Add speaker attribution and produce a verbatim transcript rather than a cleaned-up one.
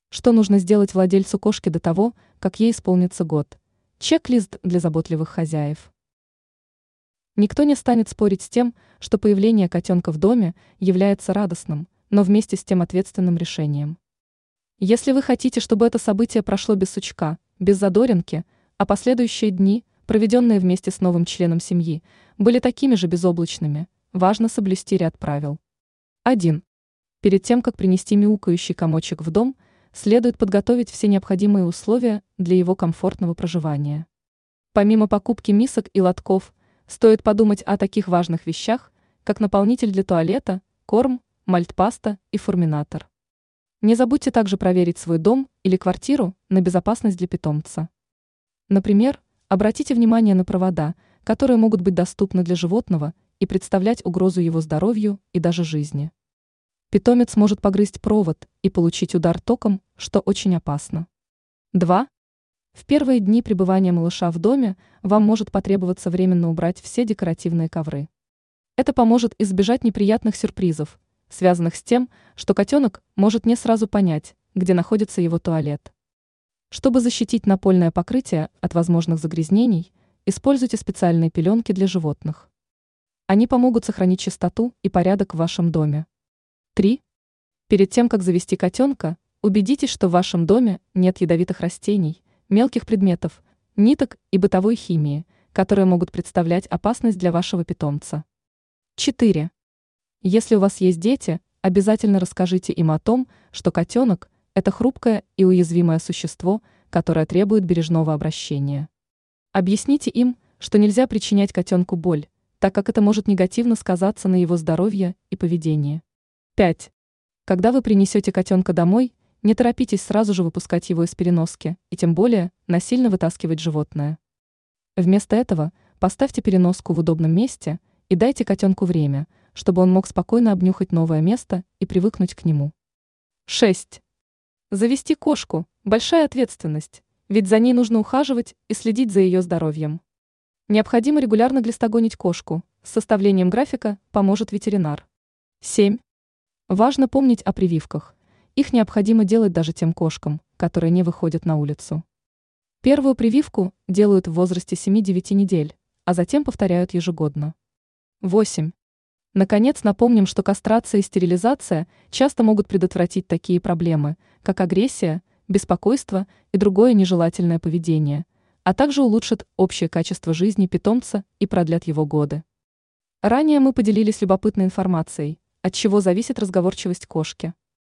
Speaker 1: Что нужно сделать владельцу кошки до того, как ей исполнится год? Чек-лист для заботливых хозяев. Никто не станет спорить с тем, что появление котенка в доме является радостным, но вместе с тем ответственным решением. Если вы хотите, чтобы это событие прошло без сучка, без задоринки, а последующие дни, проведенные вместе с новым членом семьи, были такими же безоблачными, важно соблюсти ряд правил. один. Перед тем, как принести мяукающий комочек в дом, следует подготовить все необходимые условия для его комфортного проживания. Помимо покупки мисок и лотков, стоит подумать о таких важных вещах, как наполнитель для туалета, корм, мальтпаста и фурминатор. Не забудьте также проверить свой дом или квартиру на безопасность для питомца. Например, обратите внимание на провода, которые могут быть доступны для животного и представлять угрозу его здоровью и даже жизни. Питомец может погрызть провод и получить удар током, что очень опасно. два. В первые дни пребывания малыша в доме вам может потребоваться временно убрать все декоративные ковры. Это поможет избежать неприятных сюрпризов, связанных с тем, что котенок может не сразу понять, где находится его туалет. Чтобы защитить напольное покрытие от возможных загрязнений, используйте специальные пеленки для животных. Они помогут сохранить чистоту и порядок в вашем доме. три. Перед тем, как завести котенка, убедитесь, что в вашем доме нет ядовитых растений, мелких предметов, ниток и бытовой химии, которые могут представлять опасность для вашего питомца. четыре. Если у вас есть дети, обязательно расскажите им о том, что котенок – это хрупкое и уязвимое существо, которое требует бережного обращения. Объясните им, что нельзя причинять котенку боль, так как это может негативно сказаться на его здоровье и поведении. пять. Когда вы принесете котенка домой, не торопитесь сразу же выпускать его из переноски и тем более насильно вытаскивать животное. Вместо этого поставьте переноску в удобном месте и дайте котенку время, чтобы он мог спокойно обнюхать новое место и привыкнуть к нему. шесть. Завести кошку – большая ответственность, ведь за ней нужно ухаживать и следить за ее здоровьем. Необходимо регулярно глистогонить кошку, с составлением графика поможет ветеринар. семь. Важно помнить о прививках. Их необходимо делать даже тем кошкам, которые не выходят на улицу. Первую прививку делают в возрасте семь-девять недель, а затем повторяют ежегодно. восемь. Наконец, напомним, что кастрация и стерилизация часто могут предотвратить такие проблемы, как агрессия, беспокойство и другое нежелательное поведение, а также улучшат общее качество жизни питомца и продлят его годы. Ранее мы поделились любопытной информацией, от чего зависит разговорчивость кошки.